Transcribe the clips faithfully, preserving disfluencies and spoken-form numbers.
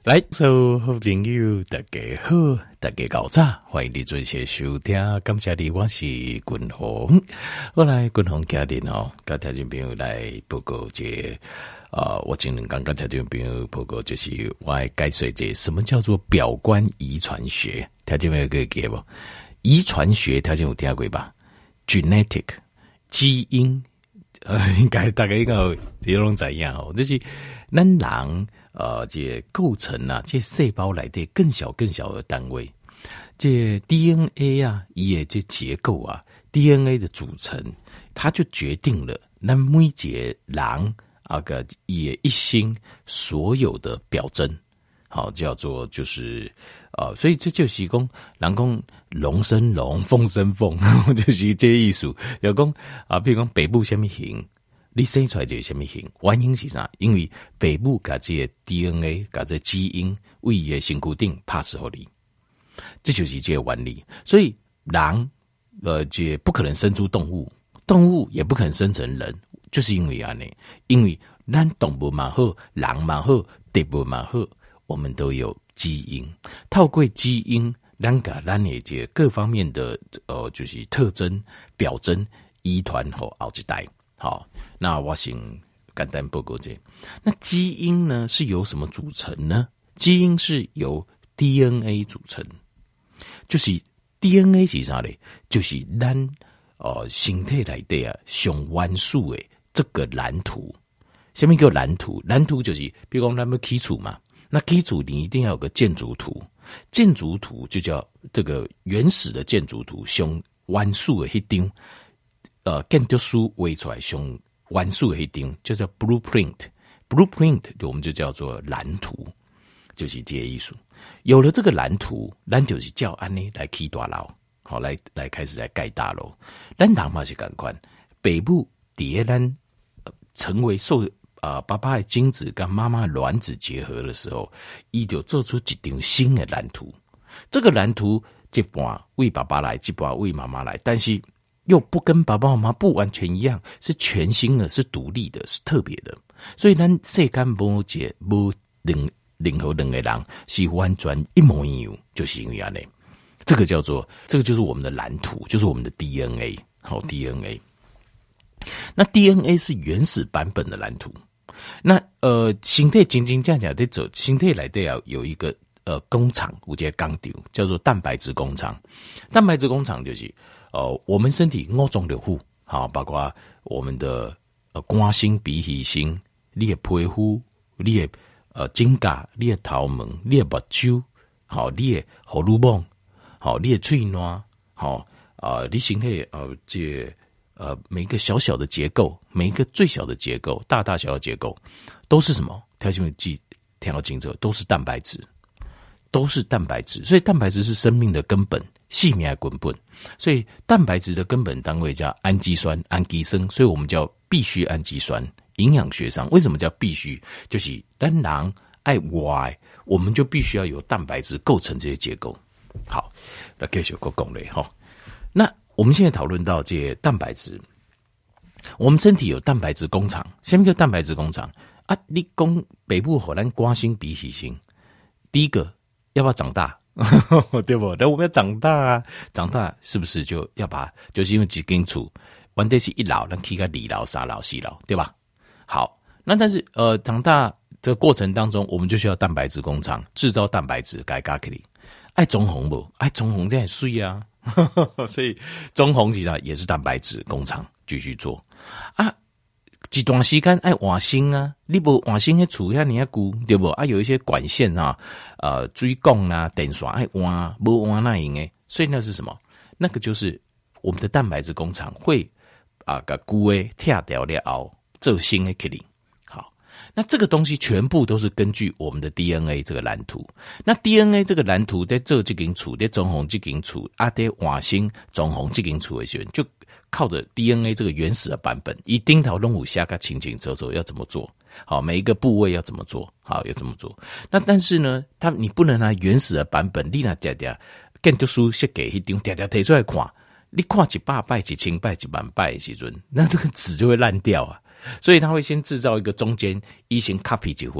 来，所有好朋友，大家好，大家搞早，欢迎你准时收听，感谢你，我是君鸿。我来君鸿家庭哦，跟听众朋友来报告这啊、呃，我今天刚刚听众朋友报告，就是我来解释这什么叫做表观遗传学，听众朋友可以记不？遗传学，听众有听过吧 ？Genetic 基因，呃，应该大概应该有这种怎样哦？就是咱人。呃，这构成啊，这细胞来的更小更小的单位，这 D N A 啊，也这结构啊 ，D N A 的组成，它就决定了咱每一个人啊个也一生所有的表征，好叫做就是呃，所以这就是讲，人讲龙生龙，凤生凤，就是这意思。要讲啊，比如讲北部什么型。你生出来就是什么型？原因是啥？因为父母把这个 D N A、把这基因为伊的身躯顶 pass 给你，这就是这个原理。所以人呃，这不可能生出动物，动物也不可能生成人，就是因为安尼，因为咱动物嘛好，人嘛好，植物嘛好，我们都有基因，透过基因，咱把咱的这各方面的呃，就是特征、表征遗传给后一代。好，那我先简单报告这。那基因呢是由什么组成呢？基因是由 D N A 组成，就是 D N A 是啥嘞？就是咱呃身体内底啊上元素的这个蓝图。什么叫蓝图？蓝图就是比如讲咱们基础嘛，那基础你一定要有个建筑图，建筑图就叫这个原始的建筑图，上元素的一张。呃，建筑书画出来上元素的一张，就叫 blueprint。blueprint 我们就叫做蓝图，就是这个意思。有了这个蓝图，咱就是照安尼来起大楼，好来来开始来盖大楼。咱人嘛是同款，父母伫咱、呃、成为受啊、呃、爸爸的精子跟妈妈的卵子结合的时候，伊就做出一张新的蓝图。这个蓝图一半为爸爸来，一半为妈妈来，但是。又不跟爸爸妈妈不完全一样，是全新的，是独立的，是特别的。所以咱世间无一无任任何两个人是完全一模一样，就是因为安尼。这个叫做这个就是我们的蓝图，就是我们的 D N A。好 ，D N A。那 D N A 是原始版本的蓝图。那呃，身体真真正正在走，身体内底要有一个呃工厂，有一个工厂叫做蛋白质工厂。蛋白质工厂就是。呃，我们身体五种六腑，好，包括我们的呃肝心、脾气心，你的皮肤，你的呃指甲，你的头毛，你的目睭，好，你的荷尔蒙，好，你的喙烂，好，啊、呃，你身体呃这呃每一个小小的结构，每一个最小的结构，大大小小的结构，都是什么？条件记听到清楚，都是蛋白质，都是蛋白质，所以蛋白质是生命的根本。生命的根本，所以蛋白质的根本单位叫氨基酸、氨基生，所以我们叫必需氨基酸。营养学上为什么叫必须？就是咱人爱活，我们就必须要有蛋白质构成这些结构。好，那继续讲嘞哈。那我们现在讨论到这些蛋白质，我们身体有蛋白质工厂。什么叫蛋白质工厂啊？你讲北部荷兰瓜心、鼻息心，第一个要不要长大？对不？那我们要长大啊，长大是不是就要把？就是因为几根柱，完这是一老，那可以个二老、三老、四老，对吧？好，那但是呃，长大的过程当中，我们就需要蛋白质工厂制造蛋白质，改加给你。爱中红不？爱中红这样水啊，所以中红其实也是蛋白质工厂继续做啊。一段时间爱换新啊，你无换新的厝遐尼啊久，对不？啊，有一些管线啊，呃，水管啊、电线爱换，无换那样的，所以那是什么？那个就是我们的蛋白质工厂会啊，把旧的拆掉了后，做新的给你。好，那这个东西全部都是根据我们的 D N A 这个蓝图。那 D N A 这个蓝图在做这间厝，在中红这间厝，啊，在换新中红这间厝的时候，就。靠着 D N A 这个原始的版本，以丁桃龙虎虾个清清楚楚要怎么做好，每一个部位要怎么做好，要怎么做。那但是呢，它你不能拿原始的版本，你那嗲嗲建筑书写给一张嗲嗲提出来看，你看一百拜、一千拜、一万拜的时阵，那这个纸就会烂掉啊。所以他会先制造一个中间，一先 copy 一份，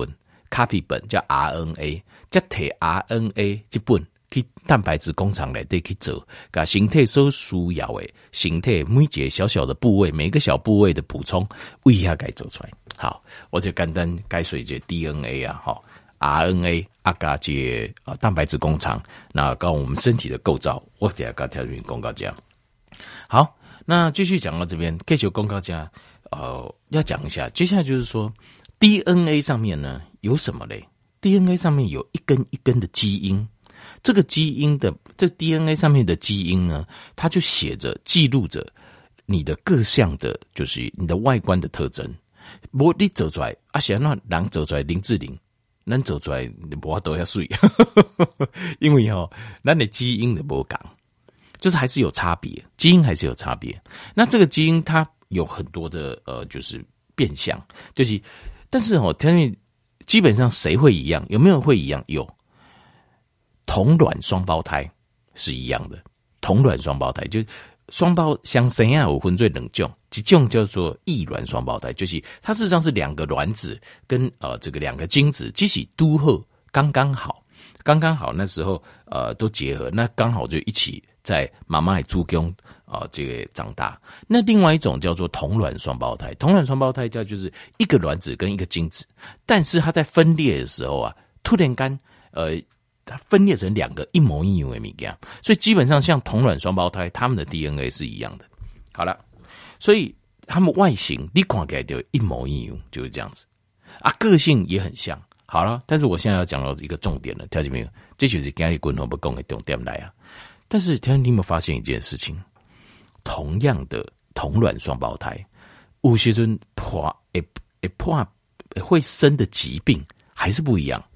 copy 本叫 R N A， 再摕 R N A 这本去蛋白质工厂内底去做，把身体所需要的身体每一个小小的部位，每个小部位的补充，为下给做出来。好，我就简单解说这 D N A 啊，哈 ，R N A 啊，加这啊蛋白质工厂，那跟我们身体的构造，我等下跟条件公告讲。好，那继续讲到这边，继续公告讲，呃，要讲一下，接下来就是说 D N A 上面呢有什么嘞 ？D N A 上面有一根一根的基因。这个基因的这 D N A 上面的基因呢，它就写着记录着你的各项的，就是你的外观的特征。无你走出来，啊，是那人走出来林志玲，咱走出来无法度遐水，因为吼、哦，咱的基因的无共，就是还是有差别，基因还是有差别。那这个基因它有很多的呃，就是变相，就是但是哦，因为基本上谁会一样？有没有会一样？有。同卵双胞胎是一样的，同卵双胞胎就是双胞相生啊，有分做两种，一种叫做异卵双胞胎，就是它事实上是两个卵子跟呃这个两个精子一起都合，刚刚好，刚刚好那时候呃都结合，那刚好就一起在妈妈的子宫啊、呃、这个长大。那另外一种叫做同卵双胞胎，同卵双胞胎叫就是一个卵子跟一个精子，但是它在分裂的时候啊，突然间呃。它分裂成两个一模一样的物件，所以基本上像同卵双胞胎，他们的 D N A 是一样的。好了，所以他们外形你看起来就一模一样，就是这样子啊，个性也很像。好了，但是我现在要讲到一个重点了，听见没有？这就是今日滚红不讲的重点来啊。但是，听你有没有发现一件事情？同样的同卵双胞胎，有时阵破会会破会生的疾病还是不一样。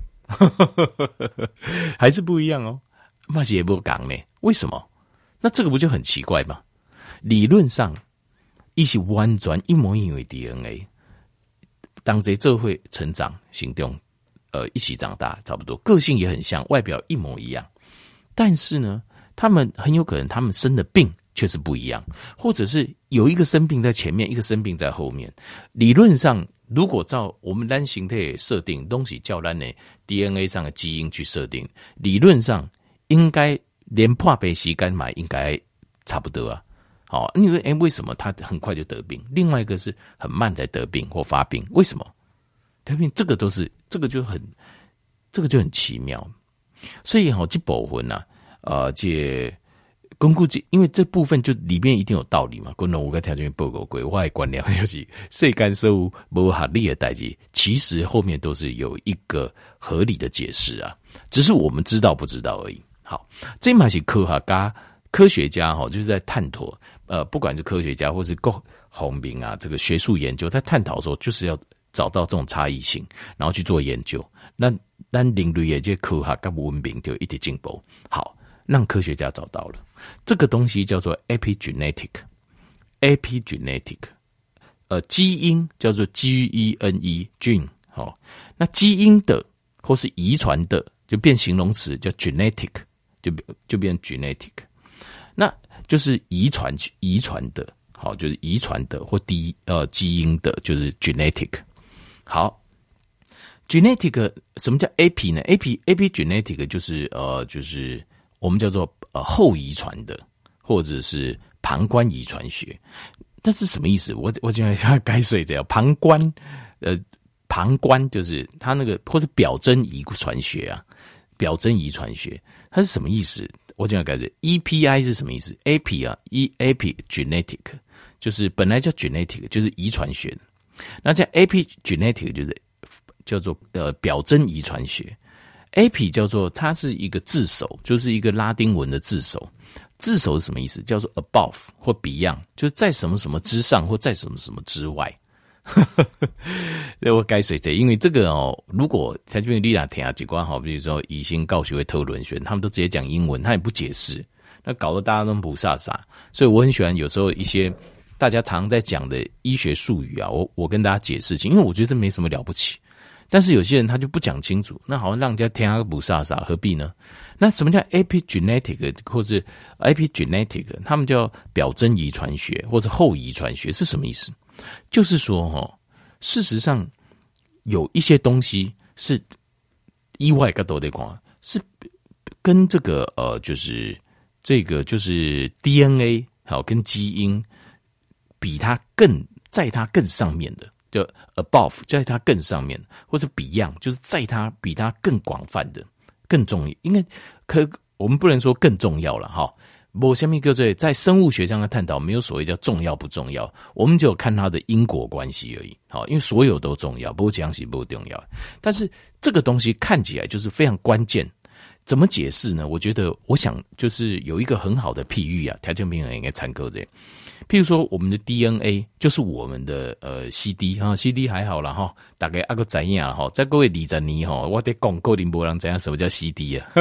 还是不一样哦，嘛是也不讲呢？为什么？那这个不就很奇怪吗？理论上，一是完全一模一样的 D N A， 当这这会成长、行动，呃，一起长大，差不多，个性也很像，外表一模一样，但是呢，他们很有可能他们生的病却是不一样，或者是有一个生病在前面，一个生病在后面。理论上。如果照我们单形态设定东西叫咱的 D N A 上的基因去设定，理论上应该连破病时间嘛应该差不多啊。好，因为诶为什么他很快就得病？另外一个是很慢才得病或发病，为什么？得病这个都是这个就很这个就很奇妙。所以哈，这部分啊，呃，这。巩固这，因为这部分就里面一定有道理嘛。滚龙我跟条件报告过，我的观念就是世间所有不合理的代志，其实后面都是有一个合理的解释啊，只是我们知道不知道而已。好，这嘛是科学家、科学家哈，就是在探讨，呃，不管是科学家或是够红民啊，这个学术研究在探讨的时候，就是要找到这种差异性，然后去做研究。那那人类的这科学跟文明就一直进步。好。让科学家找到了这个东西叫做 epigenetic，epigenetic， 呃，基因叫做 G E N E gene， 好，那基因的或是遗传的就变形容词叫 genetic， 就就变 genetic， 那就是遗传遗传的，好，就是遗传的或低呃基因的，就是 genetic， 好。genetic 什么叫 epi 呢 ？epi epigenetic 就是呃就是。我们叫做呃后遗传的，或者是旁观遗传学，这是什么意思？我我讲一下该睡这样。旁观，呃，旁观就是它那个或者表征遗传学啊，表征遗传学它是什么意思？我讲该是 E P I 是什么意思 ？epi 啊 ，e epigenetic 就是本来叫 genetic 就是遗传学的，那叫 epigenetic 就是叫做呃表征遗传学。epi 叫做它是一个字首，就是一个拉丁文的字首。字首是什么意思？叫做 above 或 beyond， 就是在什么什么之上或在什么什么之外。我该谁谁？因为这个哦，如果在这边丽娜听啊几关好，比如说以心告学会特伦选，他们都直接讲英文，他也不解释，那搞得大家都不傻傻。所以我很喜欢有时候一些大家常在讲的医学术语啊，我我跟大家解释清，因为我觉得这没什么了不起。但是有些人他就不讲清楚，那好像让人家听个不傻傻，何必呢？那什么叫 epigenetic 或是 epigenetic？ 他们叫表征遗传学或者后遗传学是什么意思？就是说，哈，事实上有一些东西是意外角度来看，是跟这个呃，就是这个就是 D N A 好跟基因比它更在它更上面的，就 above 在它更上面，或者 beyond 就是在它比它更广泛的、更重要，应该可我们不能说更重要了哈。没什么叫做在生物学上的探讨，没有所谓叫重要不重要，我们只有看它的因果关系而已。好，因为所有都重要，不过讲是不重要。但是这个东西看起来就是非常关键，怎么解释呢？我觉得，我想就是有一个很好的譬喻啊，条件朋友应该参考的。譬如说，我们的 D N A 就是我们的呃 C D 哈 ，C D 还好啦哈，大概阿个怎样哈，在各位二十年哈，我得讲够林波人怎样什么叫 C D 啊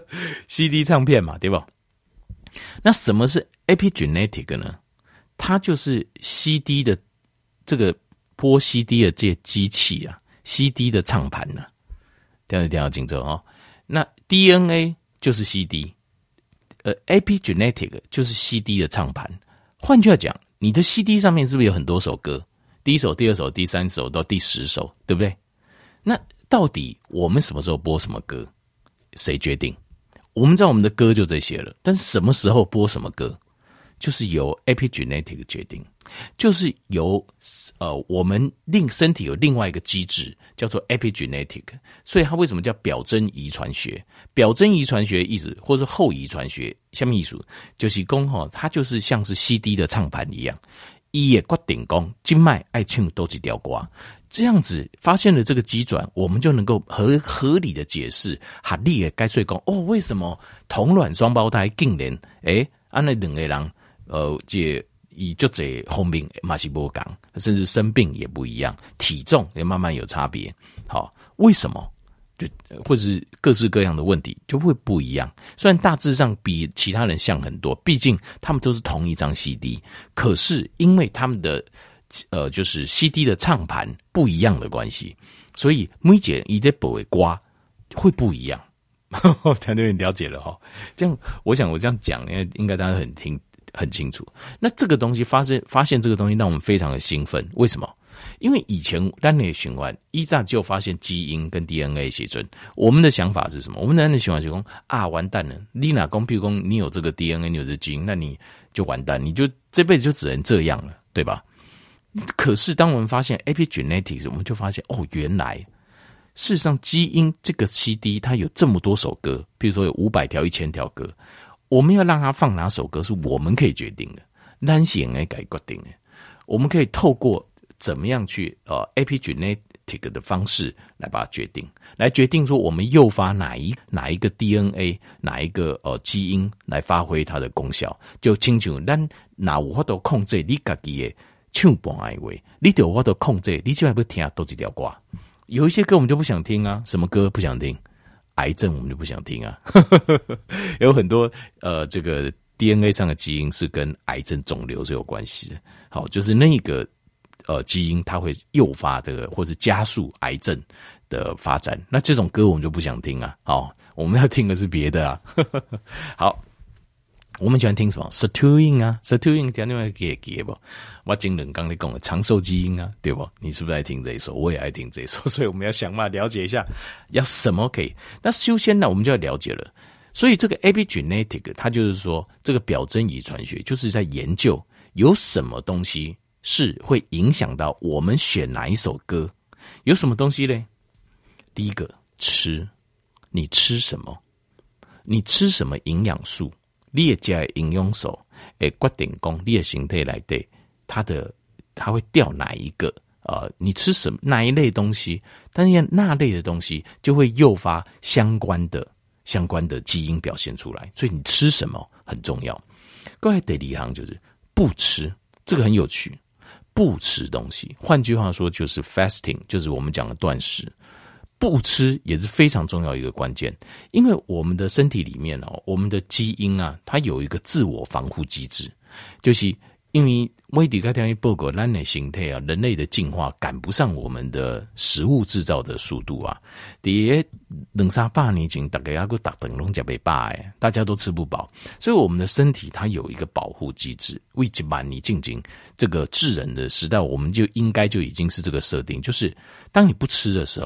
？C D 唱片嘛，对吧？那什么是 epigenetic 呢？它就是 C D 的这个播 C D 的这些机器啊 ，C D 的唱盘呢、啊，这样听要清楚哦。那 D N A 就是 C D， 呃 ，epigenetic 就是 C D 的唱盘。换句话讲，你的 C D 上面是不是有很多首歌？第一首、第二首、第三首到第十首，对不对？那到底我们什么时候播什么歌？谁决定？我们知道我们的歌就这些了，但是什么时候播什么歌，就是由 epigenetic 决定，就是由呃我们令身体有另外一个机制叫做 epigenetic， 所以它为什么叫表征遗传学？表征遗传学意思，或者后遗传学，下面意思就是讲哈，它就是像是 C D 的唱盘一样，伊也决定讲今麦爱唱都几条歌。这样子发现了这个机转，我们就能够合合理的解释合理的该说讲哦，为什么同卵双胞胎竟然诶，安那两个人呃，这以就这后面马西波港，甚至生病也不一样，体重也慢慢有差别。好，为什么？就或者是各式各样的问题就会不一样。虽然大致上比其他人像很多，毕竟他们都是同一张 C D， 可是因为他们的呃，就是 C D 的唱盘不一样的关系，所以每节一的播的歌会不一样。团队了解了哈，这样我想我这样讲，应该应该大家很听很清楚。那这个东西发现发现这个东西让我们非常的兴奋，为什么？因为以前单内循环依照就发现基因跟 D N A 写准，我们的想法是什么？我们的单内循环就说啊，完蛋了！你哪公，譬如说你有这个 D N A， 你有这基因，那你就完蛋，你就这辈子就只能这样了，对吧？可是当我们发现 epigenetics， 我们就发现哦，原来事实上基因这个 C D 它有这么多首歌，比如说有五百条、一千条歌，我们要让它放哪首歌是我们可以决定的，咱是可以改决定的。我们可以透过怎么样去呃 epigenetic 的方式来把它决定，来决定说我们诱发哪一哪一个 D N A 哪一个呃基因来发挥它的功效，就亲像咱哪有法度控制你自己的唱盘的话，你就有法度控制你现在要听多几条歌。有一些歌我们就不想听啊，什么歌不想听？癌症我们就不想听啊。有很多呃这个 D N A 上的基因是跟癌症肿瘤是有关系的。好，就是那个呃基因它会诱发这个或是加速癌症的发展。那这种歌我们就不想听啊。好，我们要听的是别的啊。好。我们喜欢听什么 sirtuin 啊 sirtuin 听另外一个给不我今人刚才讲的长寿基因啊，对不？你是不是爱听这一首？我也爱听这一首，所以我们要想办法了解一下要什么可以。那首先呢，我们就要了解了。所以这个 epigenetic 它就是说这个表征遗传学就是在研究有什么东西是会影响到我们选哪一首歌。有什么东西呢？第一个吃，你吃什么？你吃什么营养素？你的家的营养素会决定讲你的身体内底它的它会掉哪一个呃，你吃什么哪一类东西，但是那类的东西就会诱发相关的相关的基因表现出来，所以你吃什么很重要。各位第二行就是不吃，这个很有趣，不吃东西，换句话说就是 fasting， 就是我们讲的断食。不吃也是非常重要一个关键，因为我们的身体里面哦，我们的基因啊，它有一个自我防护机制，就是因为威迪开天一报告，人类形态啊，人类的进化赶不上我们的食物制造的速度啊。第二两三百年前，大家要个打等龙甲被霸哎，大家都吃不饱，所以我们的身体它有一个保护机制。为几万年进行这个智人的时代，我们就应该就已经是这个设定，就是当你不吃的时候。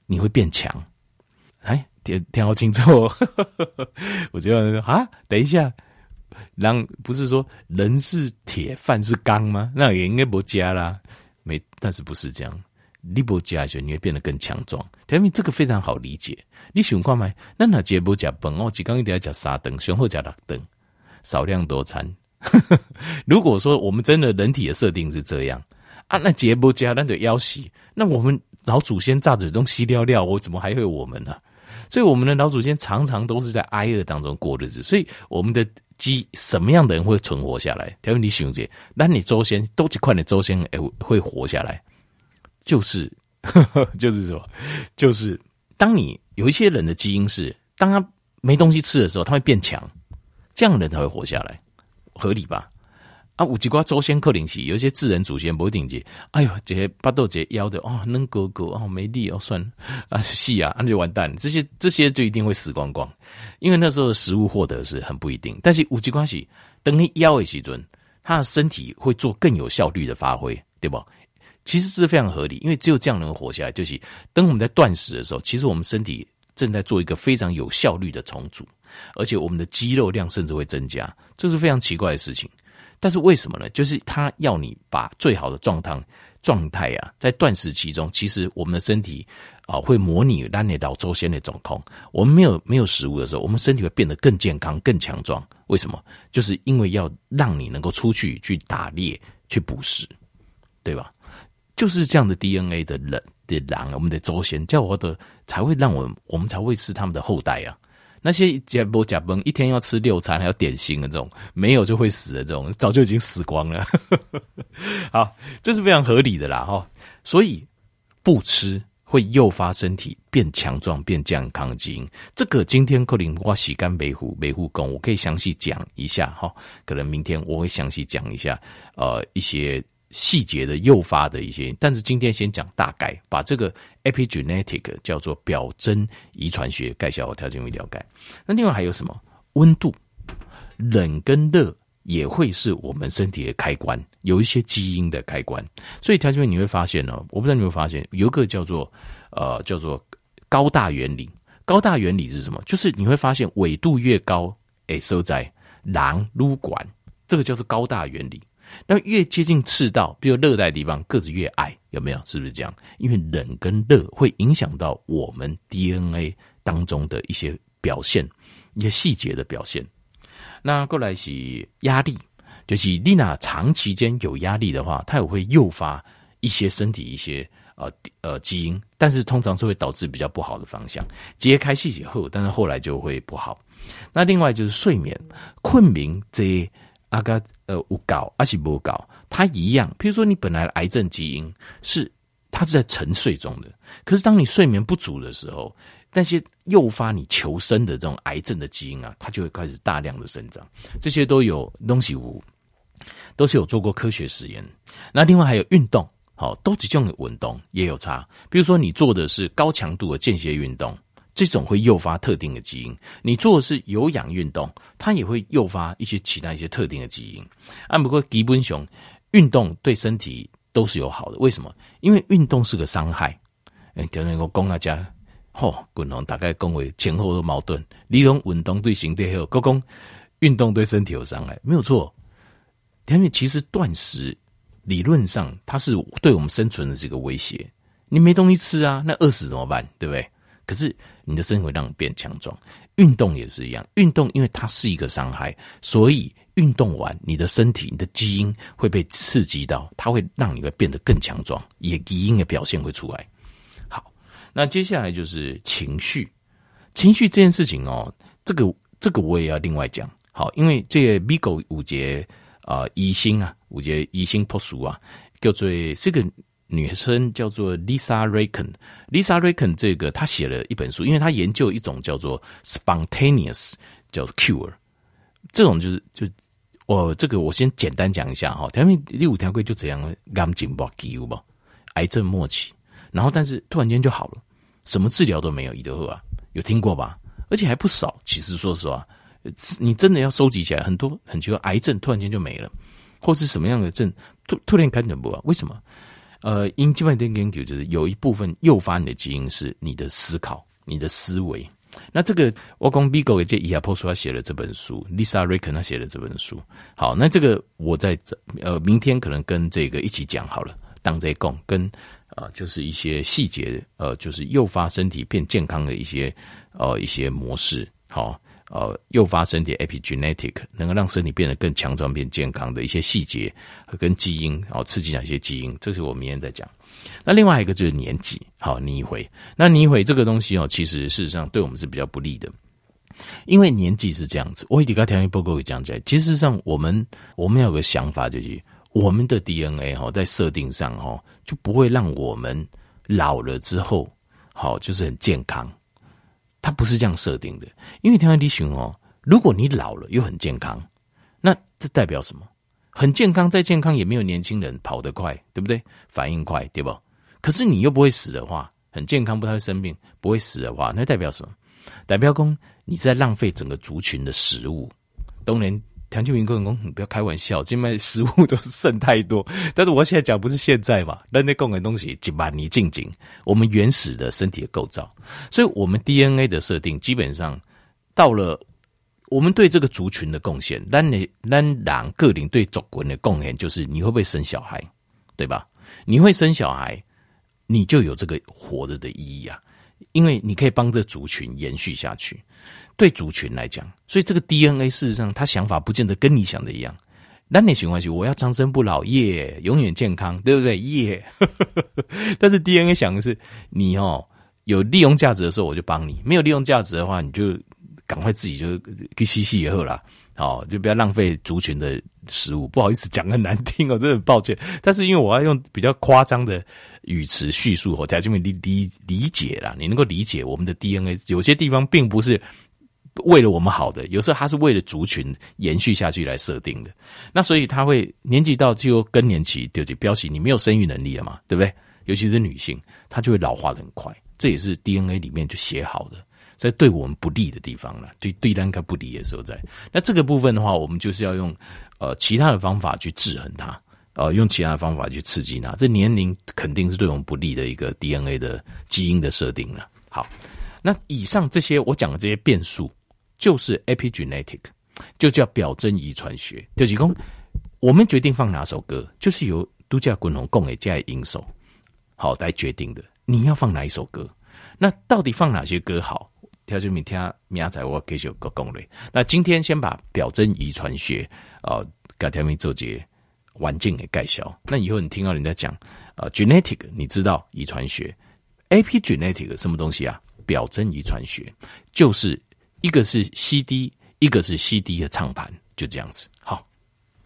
你会变强。哎，听听好清楚哦。我就说啊，等一下，人不是说人是铁，饭是钢吗？那也应该不加啦，没，但是不是这样？你不加的时候，你会变得更强壮。因为这个非常好理解。你想看吗？那哪节不加饭哦？一天一定要加三顿，上好加六顿，少量多餐。如果说我们真的人体的设定是这样啊，那节不加那就要死。那我们老祖先炸子东西料料，我怎么还会有我们呢、啊？所以我们的老祖先常常都是在挨饿当中过日子，所以我们的基什么样的人会存活下来？条你想姐，那你周先都几块的周先会活下来，就是呵呵就是说，就是当你有一些人的基因是，当他没东西吃的时候，他会变强，这样的人才会活下来，合理吧？啊，有几挂周先克林奇，有一些智人祖先不一定接。哎呦，这些巴豆这腰的哦，能狗狗哦，没力哦，算啊，细啊，那就完蛋。这些这些就一定会死光光，因为那时候的食物获得是很不一定。但是有几关系，等你腰的时阵，他的身体会做更有效率的发挥，对吧？其实是非常合理，因为只有这样能够活下来。就是当我们在断食的时候，其实我们身体正在做一个非常有效率的重组，而且我们的肌肉量甚至会增加，这是非常奇怪的事情。但是为什么呢？就是他要你把最好的状态状态啊，在断食期中，其实我们的身体啊、呃、会模拟咱的老周先的状况。我们没有没有食物的时候，我们身体会变得更健康、更强壮。为什么？就是因为要让你能够出去去打猎、去捕食，对吧？就是这样的 D N A 的人的狼，我们的周先叫我的才会让我们我们才会是他们的后代啊。那些假不假崩一天要吃六餐还要点心的这种，没有就会死的这种，早就已经死光了。好，这是非常合理的啦哈。所以不吃会诱发身体变强壮、变健康的基因。这个今天可能我洗干维护维护工，我可以详细讲一下哈。可能明天我会详细讲一下呃一些细节的诱发的一些，但是今天先讲大概，把这个 epigenetic 叫做表征遗传学概小条件为了解。那另外还有什么？温度，冷跟热也会是我们身体的开关，有一些基因的开关。所以条件你会发现哦，我不知道你有没有发现，有一个叫做呃叫做高大原理。高大原理是什么？就是你会发现纬度越高，诶，收在狼撸管，这个叫做高大原理。那越接近赤道，比如热带地方，个子越矮，有没有？是不是这样？因为冷跟热会影响到我们 D N A 当中的一些表现，一些细节的表现。那过来是压力，就是你那长期间有压力的话，它也会诱发一些身体一些呃呃基因，但是通常是会导致比较不好的方向。揭开细节后，但是后来就会不好。那另外就是睡眠、困眠这些。阿嘎呃有搞还是无搞，它一样。譬如说，你本来的癌症基因是它是在沉睡中的，可是当你睡眠不足的时候，那些诱发你求生的这种癌症的基因啊，它就会开始大量的生长。这些都有东西无，都是有做过科学实验。那另外还有运动，好，都几种运动也有差。比如说，你做的是高强度的间歇运动。这种会诱发特定的基因，你做的是有氧运动，它也会诱发一些其他一些特定的基因。啊，不过基本上运动对身体都是有好的，为什么？因为运动是个伤害。诶，就那个讲大家，吼，滚龙大概讲为前后的矛盾。你讲运动对身体好，我讲运动对身体有伤害，没有错。因为其实断食理论上它是对我们生存的这个威胁。你没东西吃啊，那饿死怎么办？对不对？可是你的身体会让你变强壮，运动也是一样。运动因为它是一个伤害，所以运动完你的身体、你的基因会被刺激到，它会让你会变得更强壮，也基因的表现会出来。好，那接下来就是情绪，情绪这件事情哦，这个这个我也要另外讲。好，因为这个美国有节啊医生啊，有节医生博士啊，叫做这个。女生叫做 Lisa Raken，Lisa Raken 这个她写了一本书，因为她研究一种叫做 spontaneous 叫做 cure， 这种就是就我这个我先简单讲一下哈，因为第五条规就这样，癌症末期有没有？癌症末期，然后但是突然间就好了，什么治疗都没有，伊就好啊，有听过吧？而且还不少。其实说实话，你真的要收集起来，很多很多癌症突然间就没了，或是什么样的症突突然开始不啊？为什么？ 呃，因基本的研究就是有一部分诱发你的基因是你的思考、你的思维。那这个我讲美国的这伊亚波苏他写了这本书 ，Lisa Ricken 他写了这本书。好，那这个我在呃明天可能跟这个一起讲好了，当这讲跟呃就是一些细节，呃就是诱发身体变健康的一些呃一些模式，好。呃，诱发身体 epigenetic 能够让身体变得更强壮、变健康的一些细节跟基因，哦，刺激哪些基因，这是我明天再讲。那另外一个就是年纪，好，逆回。那逆回这个东西哦，其实事实上对我们是比较不利的，因为年纪是这样子。我一直跟条件报告讲起来，其实上我们我们有个想法，就是我们的 D N A 哈，在设定上哈，就不会让我们老了之后，好，就是很健康。它不是这样设定的，因为天然地形哦，如果你老了又很健康，那这代表什么？很健康再健康也没有年轻人跑得快，对不对？反应快，对不？可是你又不会死的话，很健康不太会生病，不会死的话，那代表什么？代表说你是在浪费整个族群的食物。当然唐俊明跟我讲，不要开玩笑，现在食物都剩太多。但是我现在讲不是现在嘛，那那供的东西几万年近景，我们原始的身体的构造，所以我们 D N A 的设定基本上到了我们对这个族群的贡献，咱你咱人个人对族群的贡献就是你会不会生小孩，对吧？你会生小孩，你就有这个活着的意义啊，因为你可以帮这族群延续下去。对族群来讲，所以这个 D N A 事实上他想法不见得跟你想的一样。那你情况下，我要长生不老，耶，永远健康，对不对？耶。但是 D N A 想的是，你哦有利用价值的时候我就帮你，没有利用价值的话，你就赶快自己就去吸吸也好啦。好，就不要浪费族群的食物。不好意思，讲很难听哦，真的很抱歉。但是因为我要用比较夸张的语词叙述，我才这么理理理解啦。你能够理解我们的 D N A， 有些地方并不是为了我们好的，有时候它是为了族群延续下去来设定的。那所以它会年纪到就更年期，对不对？表示你没有生育能力了嘛，对不对？尤其是女性，她就会老化得很快，这也是 D N A 里面就写好的。所以对我们不利的地方了，对对单个不利的所在。那这个部分的话，我们就是要用呃其他的方法去制衡它，呃用其他的方法去刺激它。这年龄肯定是对我们不利的一个 D N A 的基因的设定了。好，那以上这些我讲的这些变数，就是 epigenetic， 就叫表征遗传学。就是说，我们决定放哪首歌，就是由都叫滚红共给加音手好来决定的。你要放哪一首歌？那到底放哪些歌好？条件明天明仔我继续个攻略。那今天先把表征遗传学呃给条明做节完整的介绍。那以后你听到人家讲呃 genetic， 你知道遗传学 ，epigenetic 什么东西啊？表征遗传学就是一个是 C D， 一个是 C D 的唱盘，就这样子。好。